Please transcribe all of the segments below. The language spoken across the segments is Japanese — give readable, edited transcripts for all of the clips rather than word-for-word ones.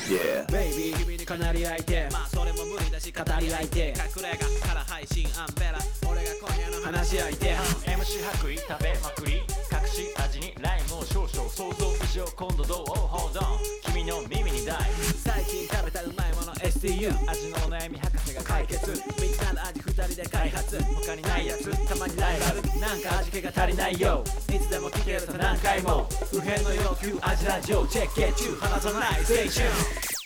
Yeah ベイビー君にかなり相手まあそれも無理だし語り相手隠れ家から配信アンベラ俺が今夜の話し相手 MC 白衣食べまくり隠し味にライムを少々想像以上今度どう Hold on 君の耳にダイ最近食べたうまいもの STU 味のお悩み博士が解決みんなの味二人で開発他にないやつたまにライバルなんか味気が足りないよいつでも聞けると何回も不変の要求味ラジオチェックゲッチュー離さないステーション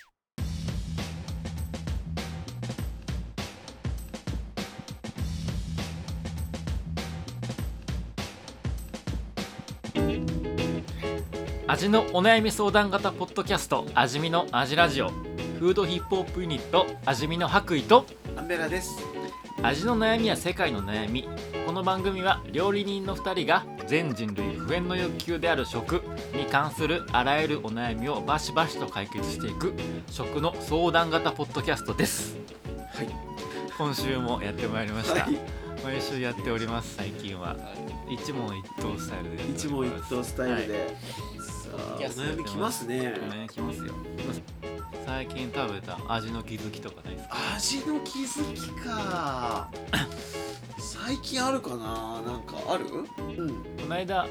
味のお悩み相談型ポッドキャスト味見の味ラジオフードヒップホップユニット味見の白衣とアンベラです味の悩みや世界の悩みこの番組は料理人の2人が全人類不変の欲求である食に関するあらゆるお悩みをバシバシと解決していく食の相談型ポッドキャストです。 はい今週もやってまいりました、 はい毎週やっております。最近は一問一答スタイルでやっております。 一問一答スタイルで、 はいさあおキャスト悩みきますね。 お悩みきますよ。最近食べた味の気づきとかないですか？ 味の気づきか最近あるかな、なんかある？うんこの間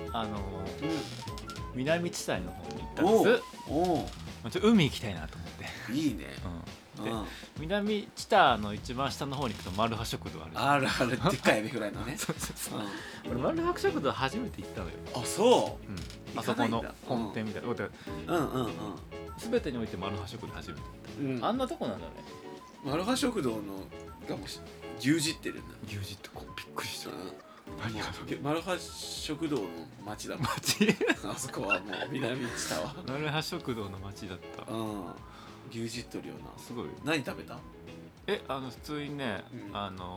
南知多の方に行ったんおです。 おちょっと海行きたいなと思って、 いいね、 でうん南知多の一番下の方に行くとマルハ食堂あるじゃん。 あるあるでっかいエビフライのねそうそうそう、 う俺マルハ食堂初めて行ったのよ、 んあそあそこの本店みたいな、 ううんうん全てにおいてマルハ食堂初めてうんうん行った、あんなとこなんだね。 マルハ食堂のがもし牛耳ってるんだ牛耳ってこうびっくりした。何がマルハ食堂の町だもん街あそこはもう南知多はマルハ食堂の街だった。 うん牛耳っとるよな。 すごい。 何食べた？ 普通にね、 うん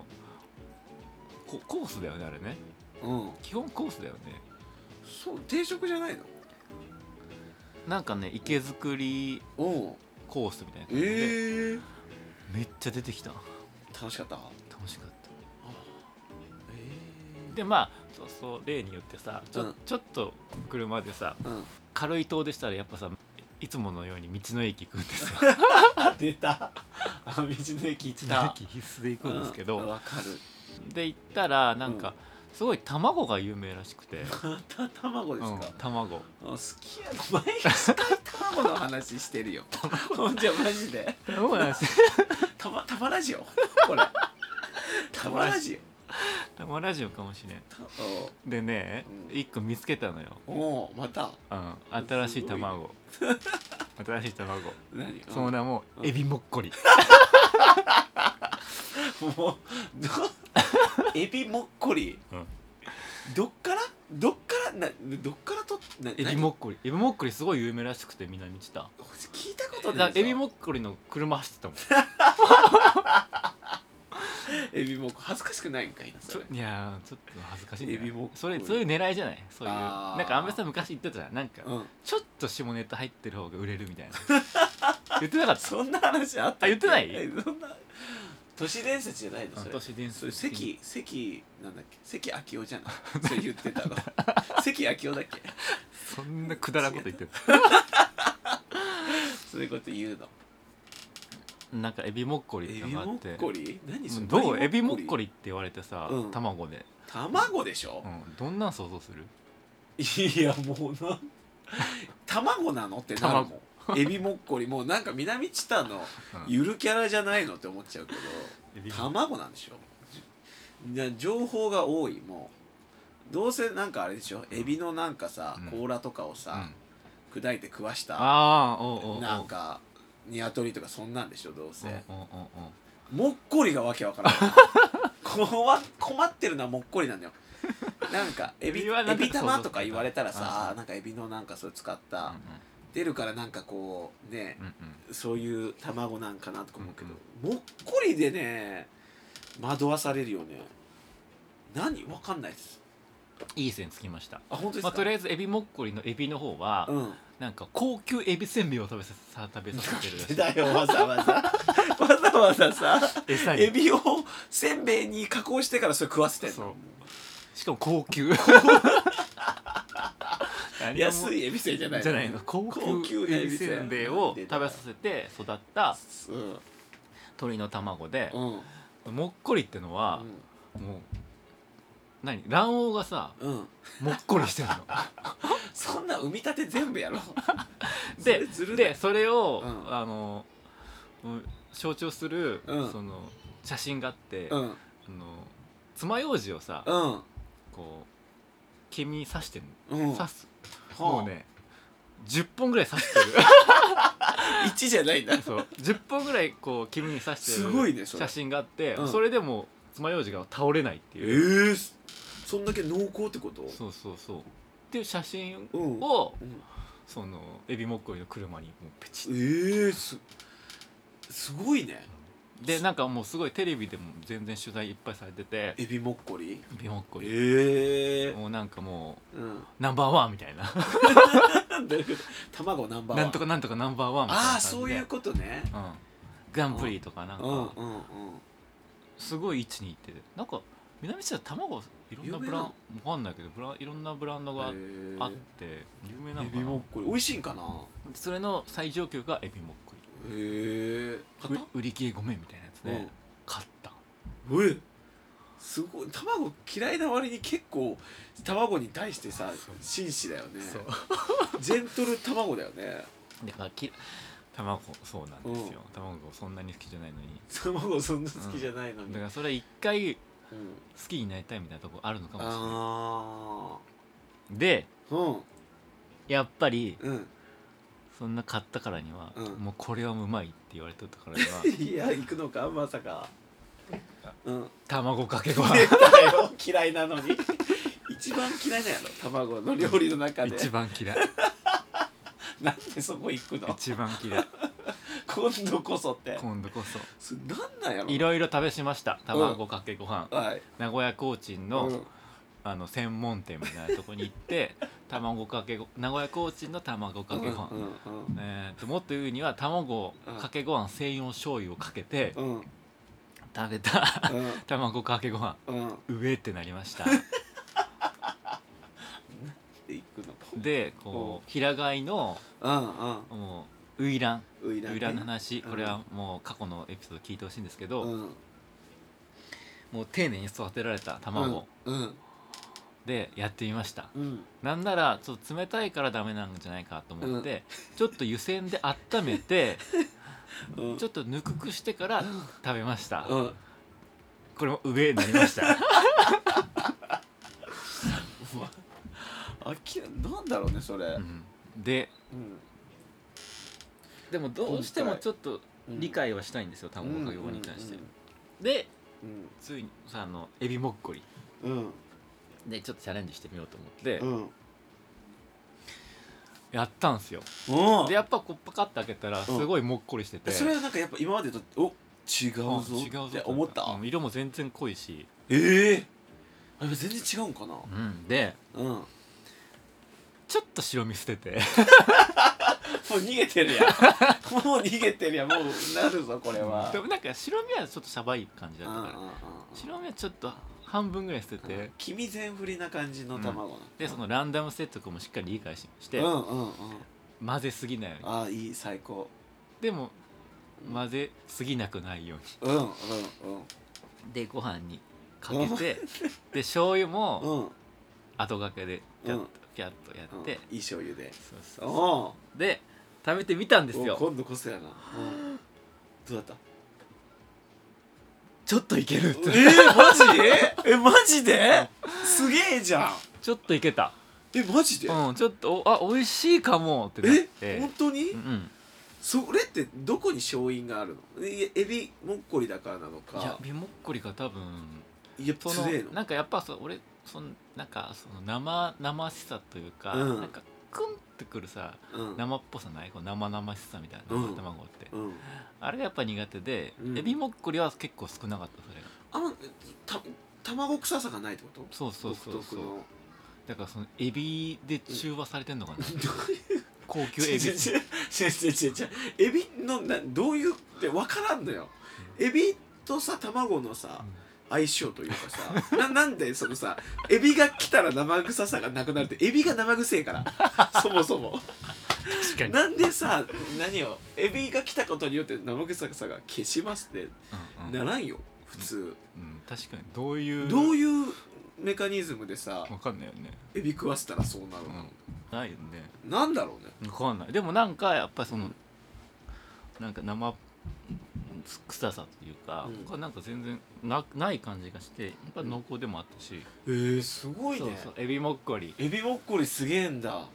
コースだよね、あれね。 うん基本コースだよね。 そう定食じゃないの？ なんかね、池作りおうコースみたいな感じで、めっちゃ出てきた。 楽しかった？ 楽しかったえで、まあそう例によってさ、ちょっと車でさ、 うん軽い遠出したらやっぱさ、いつものように道の駅行くんですよ。 出た道の駅行っ道の駅必須で行くんですけど、 わかる。 で行ったらなんか、すごい卵が有名らしくて。 卵ですか？ 卵。 好きや前使い卵の話してるよじゃあマジで卵なんですよ。 たまラジオこれたまラジ卵ラジオかもしれん。 オでね、一個見つけたのよ。 おまた新しい卵。新しい卵。 何？ その名もエビもっこり。 もうエビもっこり、どっからとエビもっこり。エビもっこりすごい有名らしくて、南知多。 聞いたことないぞ。 だエビもっこりの車走ってたもん。 エビもっこ恥ずかしくないんかいなそれ。 いやーちょっと恥ずかしいんじゃない。 エビもっこりそういう狙いじゃない。そういうあーなんかアンベさん昔言ってたじゃん。なんか、ちょっと下ネタ入ってる方が売れるみたいな。言ってなかった？ そんな話あったっけ？ 言ってないそんな都市伝説じゃないのそれ。 都市伝説。 それ関なんだっけ？関明夫じゃない。それ言ってたの。関明夫だっけ？ そんなくだらんこと言ってる。 そういうこと言うの。 なんかエビもっこりってのがあって。 エビもっこり？何それ？ どう？エビもっこりって言われてさ、 うん卵で。 卵でしょ？ どんなん想像する？ いやもう卵なのってなるもん。エビもっこりもうなんか南知多のゆるキャラじゃないのって思っちゃうけど、卵なんでしょ？情報が多い。もうどうせなんかあれでしょ？エビのなんかさ甲羅とかをさ、砕いて食わしたなんかニワトリとかそんなんでしょどうせ。もっこりがわけわからない。困ってるのはもっこりなんだよ。なんかエビ玉とか言われたらさ、なんかエビのなんかそれ使った出るからなんかこうね、そういう卵なんかなとか思うけど、もっこりでね惑わされるよね。何わかんないです。 いい線つきました。 あ、本当ですか？ とりあえずエビもっこりのエビの方は、なんか高級エビせんべいを食べさせてるらしい。 だよわざわざさエビをせんべいに加工してからそれ食わせてんの。 しかも高級。 安いエビせんじゃないの？ じゃないの、高級エビせんべいを食べさせて育った鶏の卵で、もっこりってのは、もう卵黄がさ、もっこりしてるのそんな産み立て全部やろでそれを、象徴する、その写真があって、爪楊枝をさ、こう黄身に刺してるの、刺す、もうね10本ぐらい刺してる 1じゃないんだ。 そう10本ぐらいこう黄身に刺してすごいねるそれ写真があって、それでも爪楊枝が倒れないっていう、 そんだけ濃厚ってこと？ そうっていう写真を、そのエビもっこりの車にもうペチッ、 すごいね。 でなんかもうすごいテレビでも全然取材いっぱいされてて、 エビもっこりエビもっこり、もうなんかもう、ナンバーワンみたいな卵ナンバーワンなんとかなんとかナンバーワンみたいな感じで、 そういうことね、 グランプリとかなんか、すごい位置にいて、なんか南千葉卵いろんなブランドわかんないけどいろんなブランドがあって有名なのかな。 エビもっこり美味しいんかな。 それの最上級がエビもっこり、売り切れごめんみたいなやつで買った。 すごい。卵嫌いな割に結構卵に対してさ紳士だよね。ジェントル卵だよね。 だから卵そうなんですよ、卵そんなに好きじゃないのに、 卵そんな好きじゃないのに、 だからそれ一回好きになりたいみたいなとこあるのかもしれない。で、やっぱり、そんな買ったからには、もうこれはうまいって言われてたからにはいや行くのかまさか。 卵かけご飯嫌いなのに一番嫌いなやろ卵の料理の中で。 一番嫌いなんでそこ行くの？ 一番嫌い今度こそって。 今度こそなんなんやろ。 いろいろ試しました。卵かけご飯、名古屋コーチンの、専門店みたいなとこに行って名古屋コーチンの卵かけご飯、もっと言うには卵かけご飯専用醤油をかけて、食べた卵かけご飯、上ってなりましたでこう平飼いのもうウイランの話、これはもう過去のエピソード聞いてほしいんですけど、もう丁寧に育てられた卵でやってみました。なんならちょっと冷たいからダメなんじゃないかと思って、ちょっと湯煎で温めてちょっとぬくくしてから食べました。これも上になりましたなんだろうねそれ、 で、でもどうしてもちょっと理解はしたいんですよ、卵かけご飯に対して。で、ついにさエビもっこりでちょっとチャレンジしてみようと思って、やったんすよ。でやっぱこうパカッて開けたらすごいもっこりしてて、 それはなんかやっぱ今までと違うぞって思った。 色も全然濃いし、 全然違うんかな。 で、ちょっと白身捨ててもう逃げてるやんもう逃げてるやん。もうなるぞこれは。 でもなんか白身はちょっとシャバい感じだったから、白身はちょっと半分ぐらい捨てて、 黄身全振りな感じの卵でそのランダム接続もしっかり理解して混ぜすぎないように。 いい、最高。 でも混ぜすぎなくないようにでご飯にかけてで醤油も後がけでピャッとやって、 いい醤油でで食べてみたんですよ。 今度こそやな。どうだった？ ちょっといけるって。 マジですげえじゃん。 ちょっといけた。 マジで？ ちょっと美味しいかもってなって。 本当に？それってどこに勝因があるの？エビもっこりだからなのか。 いや、エビもっこりが多分強えの。 なんかやっぱ俺なんかその生しさというか、なんかクンってくるさ、生っぽさない？こう生々しさみたいな卵って、あれがやっぱ苦手で、エビもっこりは結構少なかった。それが卵臭さがないってこと？ そうだからそのエビで中和されてんのかな高級エビエビのどういうって分からんのよ。エビとさ卵のさ相性というかさなんでそのさエビが来たら生臭さがなくなるってエビが生臭いからそもそも確かになんでさ何をエビが来たことによって生臭さが消しますってならんよ普通、 うん、確かにどういうメカニズムでさわかんないよね、 エビ食わせたらそうなるの、 ないよねなんだろうねわかんない。でもなんかやっぱりそのなんか生臭さっていうか、これなんか全然ない感じがしてやっぱ濃厚でもあったし、 すごいね。 そうエビもっこりエビもっこりすげえんだ。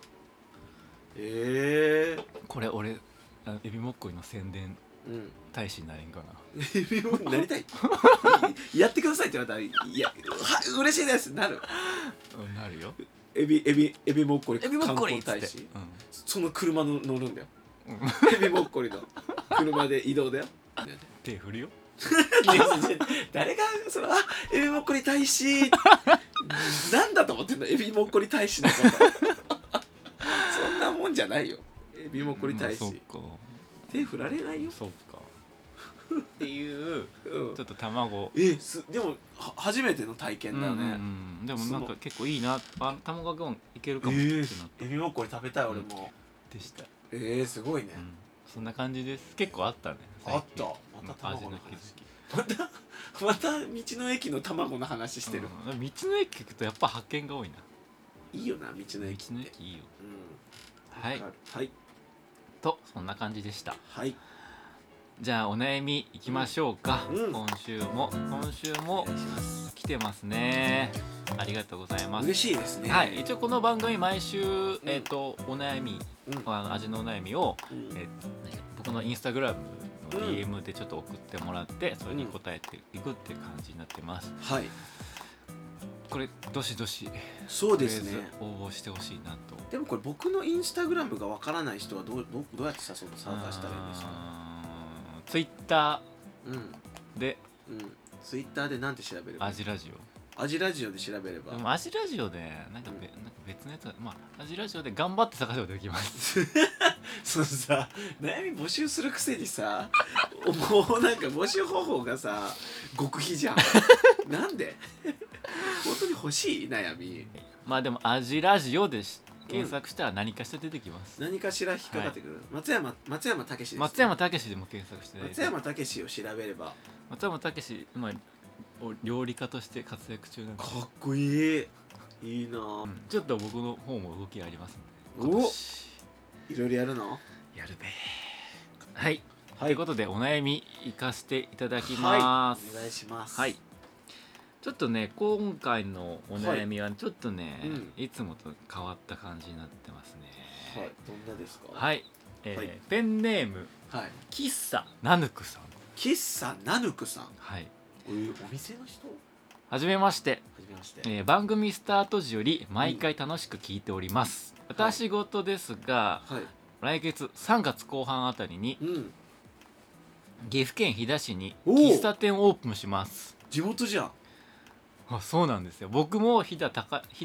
これ俺エビもっこりの宣伝うん大使になれんかな。 エビもなりたいやってくださいって言われたらいや嬉しいですなる。 なるよ。 エビもっこりエビもっこりっつって、 観光大使、その車乗るんだよ、エビもっこりの車で移動だよ手振るよ誰がそのエビもっこり大使なんだと思ってんのエビもっこり大使のことそんなもんじゃないよエビもっこり大使、 そうか手振られないよそうかっていう、ちょっと卵でも初めての体験だよね、 でもなんか結構いいな卵かけもいけるかもってなって、 エビもっこり食べたい俺も、 でした。 すごいね、 そんな感じです。結構あったね。 あったまた卵の話また道の駅の卵の話してる、 道の駅行くとやっぱ発見が多いな。 いいよな道の駅って。 道の駅いいよ、 はいはいとそんな感じでした。 はい、 じゃあお悩みいきましょうか、今週も来てますね。ありがとうございます。 嬉しいですね。 はい、一応この番組毎週、お悩み、味のお悩みを、僕のインスタグラムの DM でちょっと送ってもらってそれに答えていくっていう感じになってます。 はい、 これどしどしそうですね応募してほしいなと。 でもこれ僕のインスタグラムがわからない人はどうやって参加したらいいんですか。 ツイッターで、 ツイッターでなんて調べればアジラジオで調べれば。 でもアジラジオでなんか別のやつアジラジオで頑張って探せばできますそのさ悩み募集するくせにさもうなんか募集方法がさ極秘じゃんなんで本当に欲しい悩み。 でもアジラジオで検索したら何かしら出てきます、 何かしら引っかかってくる、松山武史です、ね、 松山武史でも検索して松山武史を調べれば。 松山武史料理家として活躍中なんでかっこいいいいな、 ちょっと僕の方も動きありますので、いろいろやるのやるべはい、ということでお悩みいかせていただきます。 お願いします。 はい、ちょっとね今回のお悩みはちょっとね、いつもと変わった感じになってますね。 はい、どんなですか。 はい、ペンネーム、喫茶ナヌクさん。 喫茶ナヌクさん、 はい、 お店の人。 はじめまして。番組スタート時より毎回楽しく聞いております、私事ですが、来月3月後半あたりに、岐阜県飛騨市に喫茶店オープンします。 地元じゃん。 そうなんですよ。僕も飛騨、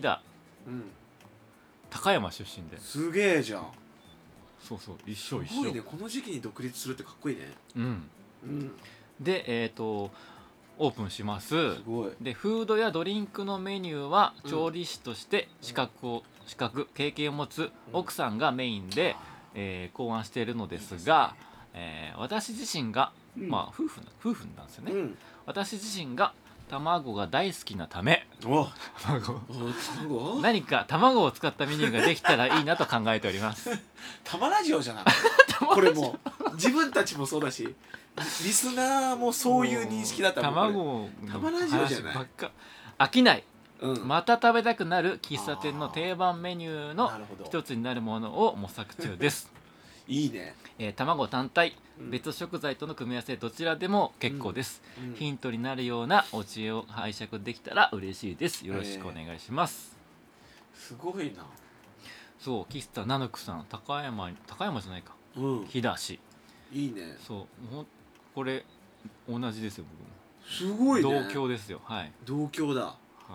高山出身で。 すげえじゃん。 そう一緒。 すごいね、この時期に独立するってかっこいいね。 でオープンします。 すごい。 でフードやドリンクのメニューは調理師として資格経験を持つ奥さんがメインで、考案しているのですが、私自身が、夫婦なんですよね、私自身が卵が大好きなため何か卵を使ったメニューができたらいいなと考えております。 玉ラジオじゃないこれも自分たちもそうだしリスナーもそういう認識だったもん。玉ラジオじゃないばっか飽きない、また食べたくなる喫茶店の定番メニューの一つになるものを模索中ですいいね、 卵単体、別食材との組み合わせどちらでも結構です、ヒントになるようなお知恵を拝借できたら嬉しいです。よろしくお願いします、 すごいな。 そう喫茶ナヌクさん、高山じゃないか、飛騨市。いいね。 そうこれ同じですよ。僕もすごいね。 同郷ですよ。 同郷だ。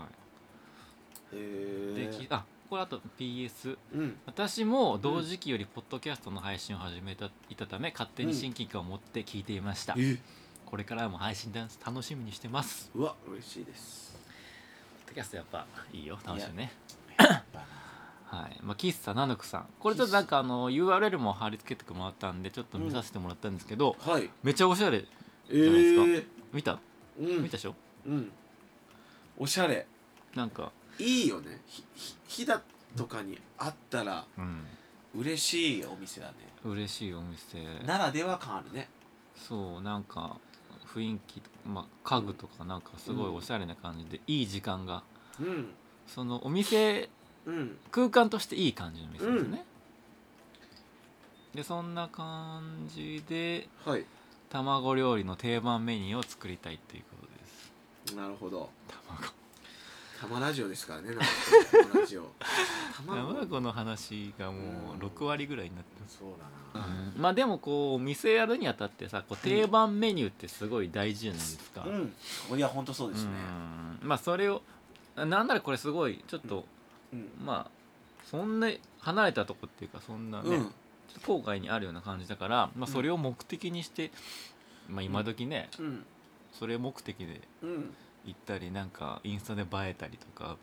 でこれあと PS、私も同時期よりポッドキャストの配信を始めていたため勝手に親近感を持って聞いていました、 これからも配信ダンス楽しみにしてます。 うわ嬉しいです。 ポッドキャストやっぱいいよ、楽しいね。 やっぱなはい、喫茶ナヌクさん、これちょっとなんかURL も貼り付けてもらったんでちょっと見させてもらったんですけど、 はい、 めっちゃおしゃれじゃないですか。見た見たでしょ。 おしゃれ、 なんかいいよね。飛騨とかにあったら嬉しいお店だね。 嬉しいお店ならでは感あるね。 そう、なんか雰囲気、家具とかなんかすごいおしゃれな感じで、いい時間が、そのお店、空間としていい感じの店ですね。でそんな感じで、卵料理の定番メニューを作りたいということです。 なるほど。 卵玉ラジオですからね。玉ラジオ。 卵の話がもう6割ぐらいになってる。 そうだな。でもこう店やるにあたってさ、こう定番メニューってすごい大事じゃないですか。 いや本当そうですね。 それをなんならこれすごいちょっと、そんな離れたとこっていうか、そんなね、ちょっと郊外にあるような感じだから、それを目的にして、今時ね、それを目的で行ったり、なんかインスタで映えたりとか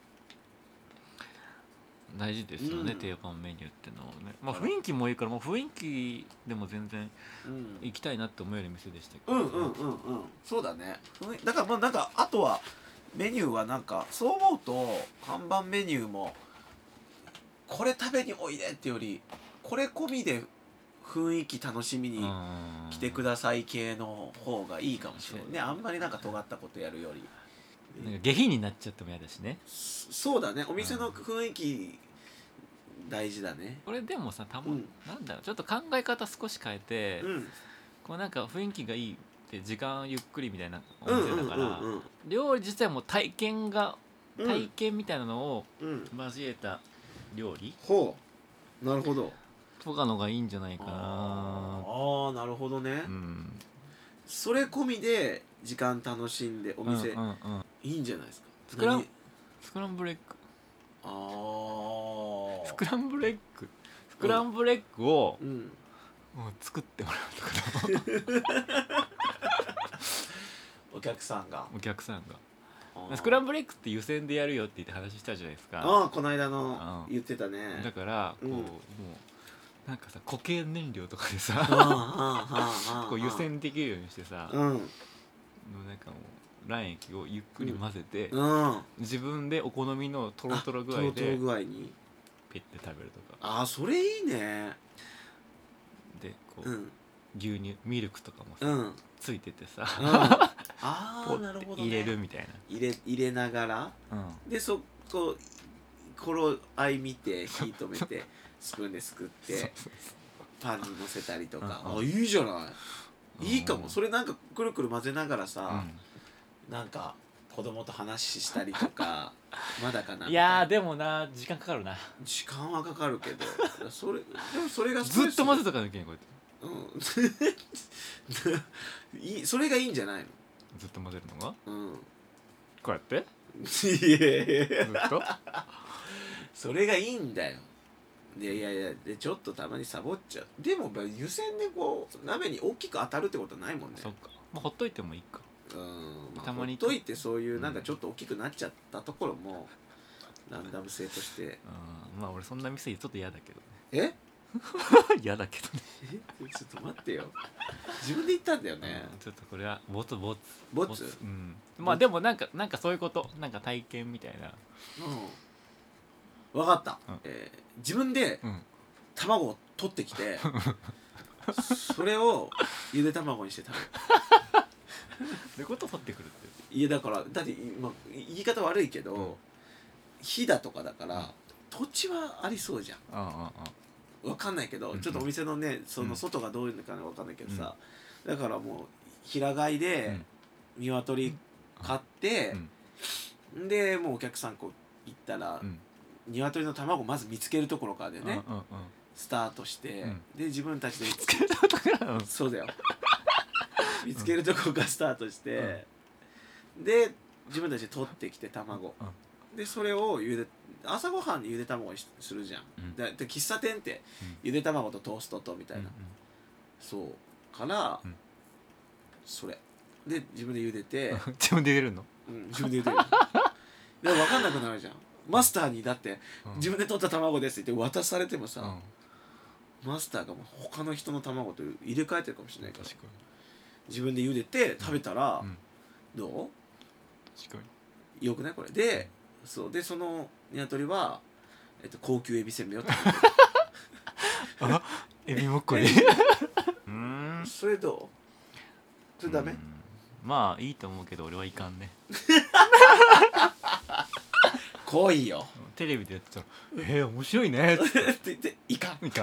大事ですよね、定番メニューってのはね。雰囲気もいいから、雰囲気でも全然行きたいなって思える店でしたけど、 そうだね。だからなんかあとはメニューはなんかそう思うと、看板メニューもこれ食べにおいでってより、これ込みで雰囲気楽しみに来てください系の方がいいかもしれないね。あんまりなんか尖ったことやるよりなんか下品になっちゃっても嫌だしね。 そうだね。お店の雰囲気大事だね。 これでもさ、なんだろう、ちょっと考え方少し変えて、こうなんか雰囲気がいいって時間ゆっくりみたいなお店だから、料理自体も体験みたいなのを交えた料理、 なるほどとかのがいいんじゃないかな。 なるほどね。それ込みで時間楽しんでお店いいんじゃないですか。 スクランブルエッグスクランブルエッグをもう作ってもらうとかお客さんがスクランブルエッグって湯煎でやるよって言って話したじゃないですか。 この間の言ってたね。 だからこう、もうなんかさ、固形燃料とかでさこう湯煎できるようにしてさ、なんかもう卵液をゆっくり混ぜて、自分でお好みのトロトロ具合でペッて食べるとか。 それいいね。 でこう、牛乳ミルクとかもさ、ついててさ、ポッて入れるみたいな、 入れながら、でそこ頃合い見て火止めてスプーンですくってパンにのせたりとか。いいじゃない。いいかも。それなんかくるくる混ぜながらさ、なんか子供と話したりとか。まだかな。 いやでもな、時間かかるな。 時間はかかるけど、でもそれがずっと混ぜとかなきゃいけない。こうやってそれがいいんじゃないの。 ずっと混ぜるのが、こうやってずっとそれがいいんだよ。いやでちょっとたまにサボっちゃう。でも湯煎でこう鍋に大きく当たるってことはないもんね。 そっか、ほっといてもいいか。 たまにほっといて、そういうなんかちょっと大きくなっちゃったところもランダム性として。 俺そんな店ちょっと嫌だけどね。 嫌だけどね。 ちょっと待ってよ。自分で言ったんだよね。 ちょっとこれはボツ。でもなんかそういうこと、なんか体験みたいな。 分かった。自分で卵を取ってきて、それをゆで卵にして食べる。 そういうこと取ってくるって。 いやだって言い方悪いけど、飛騨とかだから土地はありそうじゃん。わかんないけど、ちょっとお店のね、その外がどういうのかわかんないけどさ、だからもう平飼いで鶏買って、でもうお客さんこう行ったら、鶏の卵をまず見つけるところからでね、スタートして、で自分たちで見つけるところからそうだよ。見つけるところからスタートして、で自分たちで取ってきて卵、でそれを朝ごはんにゆで卵にするじゃん。で喫茶店ってゆで卵とトーストとみたいな、そうから、それで自分で茹でて自分で入れるの？ 自分で茹でるでも分かんなくなるじゃん。マスターにだって、自分で取った卵ですって言って渡されてもさ、マスターがもう他の人の卵と入れ替えてるかもしれないから、自分で茹でて食べたら、どう？ 確かによくないこれで、そうでその鶏は、高級エビせんべいを食べてるエビもっこりそれどう？それダメ？ まあいいと思うけど俺はいかんね。 来いよ。 テレビでやってたら面白いねって言っていかんな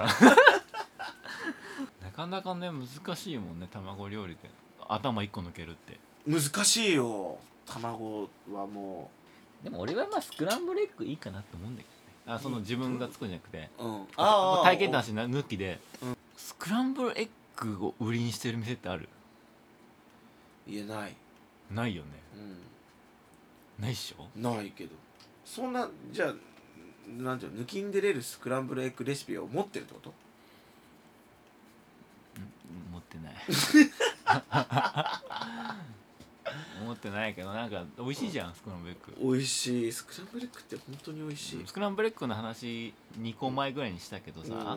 かなかね難しいもんね卵料理で頭1個抜けるって難しいよ。卵はもうでも俺はまあスクランブルエッグいいかなって思うんだけどね。その自分が作るんじゃなくて、体験談し抜きで、スクランブルエッグを売りにしてる店ってある？ いやないよね、ないっしょ。 ないけどそんなじゃあなんていうの抜きんでれるスクランブルエッグレシピを持ってるってこと？ 持ってない持ってないけどなんか美味しいじゃんスクランブルエッグ。 美味しい。スクランブルエッグって本当に美味しい。 スクランブルエッグの話2個前ぐらいにしたけどさ、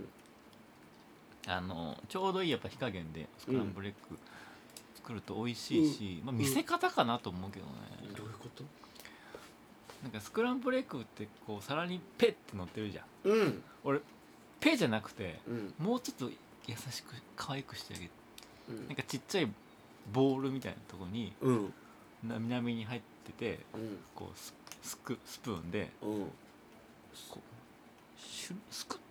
ちょうどいいやっぱ火加減でスクランブルエッグ作ると美味しいし、見せ方かなと思うけどね。 どういうこと？ なんかスクランブルエッグってこう皿にペッって乗ってるじゃん。俺ペじゃなくて、もうちょっと優しく可愛くしてあげる、なんかちっちゃいボールみたいなところに、なみなみに入ってて、こうスプーンで、こうすくって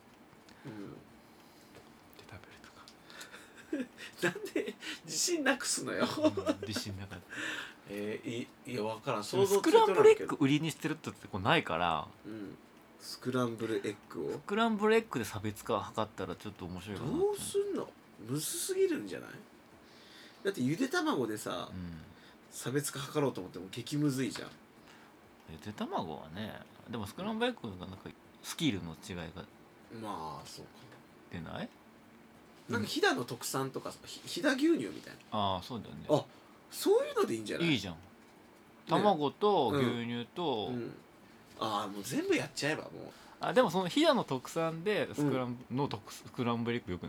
食べるとかなんで自信なくすのよ自信なかったいや分からん。想像スクランブルエッグ売りにしてるってこうないから、 スクランブルエッグをスクランブルエッグで差別化を図ったらちょっと面白いかな。 どうすんの？むずすぎるんじゃない？だってゆで卵でさ、差別化図ろうと思っても激むずいじゃん。 ゆで卵はね。でもスクランブルエッグがなんかスキルの違いがまあそうか出ない？ なんか飛騨の特産とか飛騨牛乳みたいな。 ああそうだよね。 あそういうのでいいんじゃない？ いいじゃん。卵と牛乳と、 ああもう全部やっちゃえばもう。 でもその飛騨の特産でスクランブルエッグよくない？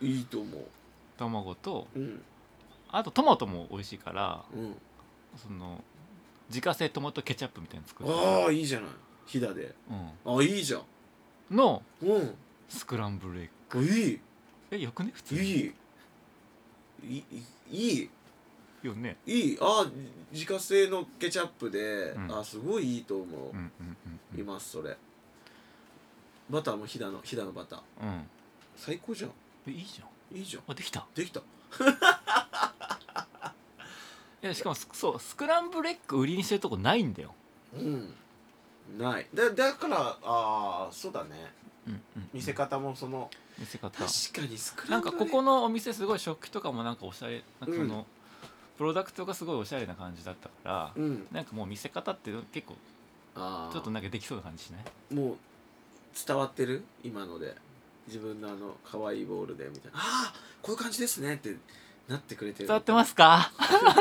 いいと思う。 卵と、あとトマトも美味しいから、その自家製トマトケチャップみたいなの作る。 ああいいじゃない飛騨で。ああいいじゃん。 のスクランブルエッグ。 いい。 よくね普通に。 いいよね。 いい。自家製のケチャップで、すごいいいと思う。いますそれ。バターも飛騨のバター。最高じゃん。 いいじゃん。 いいじゃん。 できた。いやしかもそうスクランブルエッグ売りにしてるとこないんだよ。 ない。だからそうだね。見せ方もその見せ方。 確かにスクランブルエッグ。 なんかここのお店すごい食器とかもなんかおしゃれなんかその、プロダクトがすごいおしゃれな感じだったから、なんかもう見せ方って結構ちょっとなんかできそうな感じしない？ もう伝わってる今ので自分の可愛いボールでみたいなこういう感じですねってなってくれてる。 伝わってますか？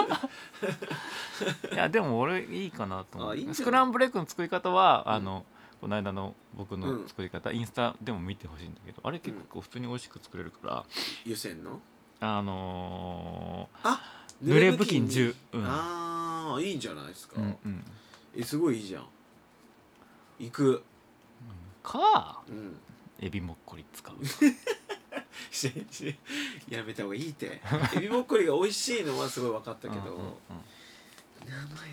いやでも俺いいかなと思う。スクランブルエッグの作り方はこの間の僕の作り方、インスタでも見てほしいんだけどあれ結構普通に美味しく作れるから。 湯煎の濡れ布巾10。 いいんじゃないですか。すごいいいじゃん。行くエビもっこり使うやめた方がいいってエビもっこりが美味しいのはすごい分かったけど名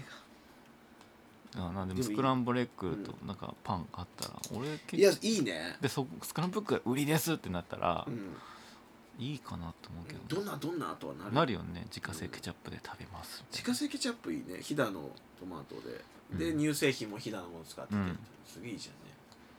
前がなんでスクランブルエッグとなんかパンあったら俺結構いやいいね。 でスクランブルエッグ売りですってなったらいいかなと思うけど。 どんなとはなるよね。自家製ケチャップで食べます。 自家製ケチャップいいね。飛騨のトマトで乳製品も飛騨のもの使っててすげえいいじゃんね。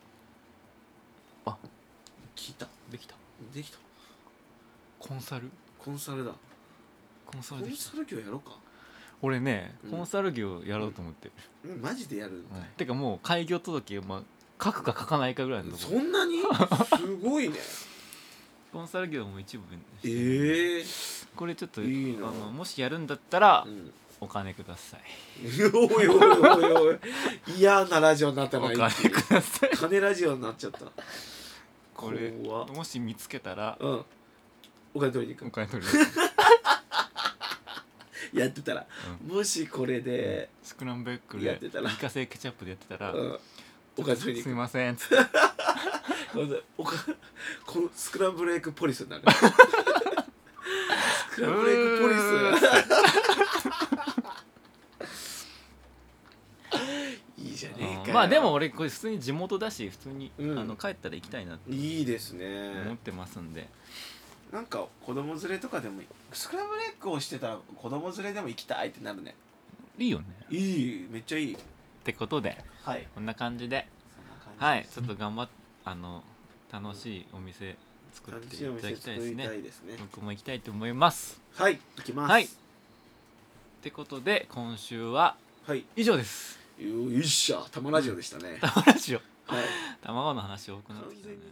聞いた。できた。コンサルだ。コンサル業やろうか。俺ねコンサル業やろうと思ってる。 マジでやる？ てかもう開業届書くか書かないかぐらいのとこ。 そんなにすごいね。 ポンサー業も一部これちょっといいなもしやるんだったら、 うん、 お金ください。 おいおいおいおい嫌なラジオになったな。 お金ください。 金ラジオになっちゃった。 これもし見つけたら、 うん、お金取りに行く。 お金取りに行くやってたら、もしこれでスクランブルエッグで自家製ケチャップでやってたら、 お金取りに行く。 すいませんっつってこのスクランブルエッグポリスになる。スクランブルエッグポリスいいじゃねえか。 まあでも俺これ普通に地元だし普通に、帰ったら行きたいなっていいですね思ってますんで、 なんか子供連れとかでもスクランブルエッグをしてたら子供連れでも行きたいってなるね。 いいよね。 いい、めっちゃいいってことで、 はい、 こんな感じで、はい、ちょっと頑張って楽しいお店作っていただきたいですね。僕も行きたいと思います。 はい、行きます。 はい。ってことで今週は以上です。 よいしょ、玉ラジオでしたね。 玉ラジオ。 はい。 卵の話多くなってきたね。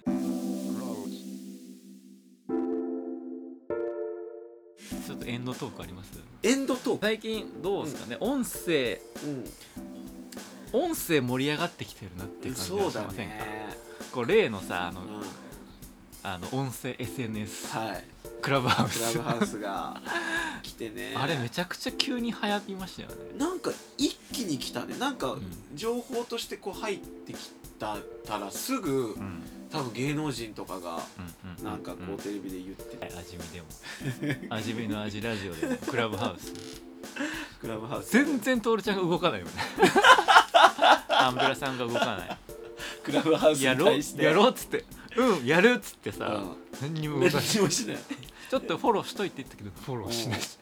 ちょっとエンドトークあります？ エンドトーク。 最近どうですかね。音声盛り上がってきてるなっていう感じがしませんか？こう例のさ音声 SNS、クラブハウスが来てね。 あれめちゃくちゃ急に流行りましたよね。 なんか一気に来たね。なんか情報としてこう入ってきたらすぐ、多分芸能人とかがなんかこうテレビで言ってて、 味見でも味見の味ラジオでもクラブハウス全然トールちゃんが動かないよね。アンブラさんが動かない。 クラブハウスに対してやろうっつってやるっつってさ、何にも動かない。 何もしない。 ちょっとフォローしといてって言ったけどフォローしないし。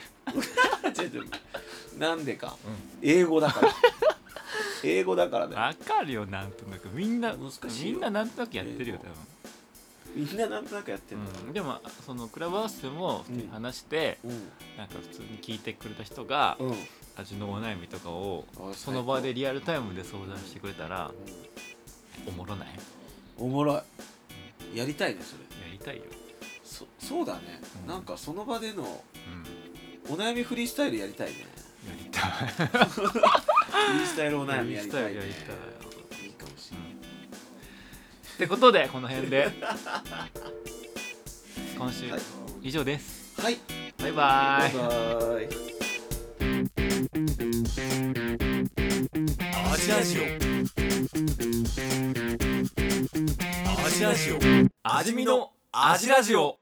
なんでか、英語だから英語だからね。 わかるよ、なんとなくみんななんとなくやってるよ多分。みんななんとなくやってる、 でもそのクラブハウスでも話して、なんか普通に聞いてくれた人が、味のお悩みとかをその場でリアルタイムで相談してくれたら、おもろない？ おもろい。やりたいねそれ。 やりたいよ。 そうだね、なんかその場でのお悩みフリースタイルやりたいね。 やりたい。 フリースタイルお悩みやりたいね。いいかもしれない。 ってことでこの辺で今週以上です。 はい。 バイバイ。 味ラジオ。味ラジオ。味見の味ラジオ。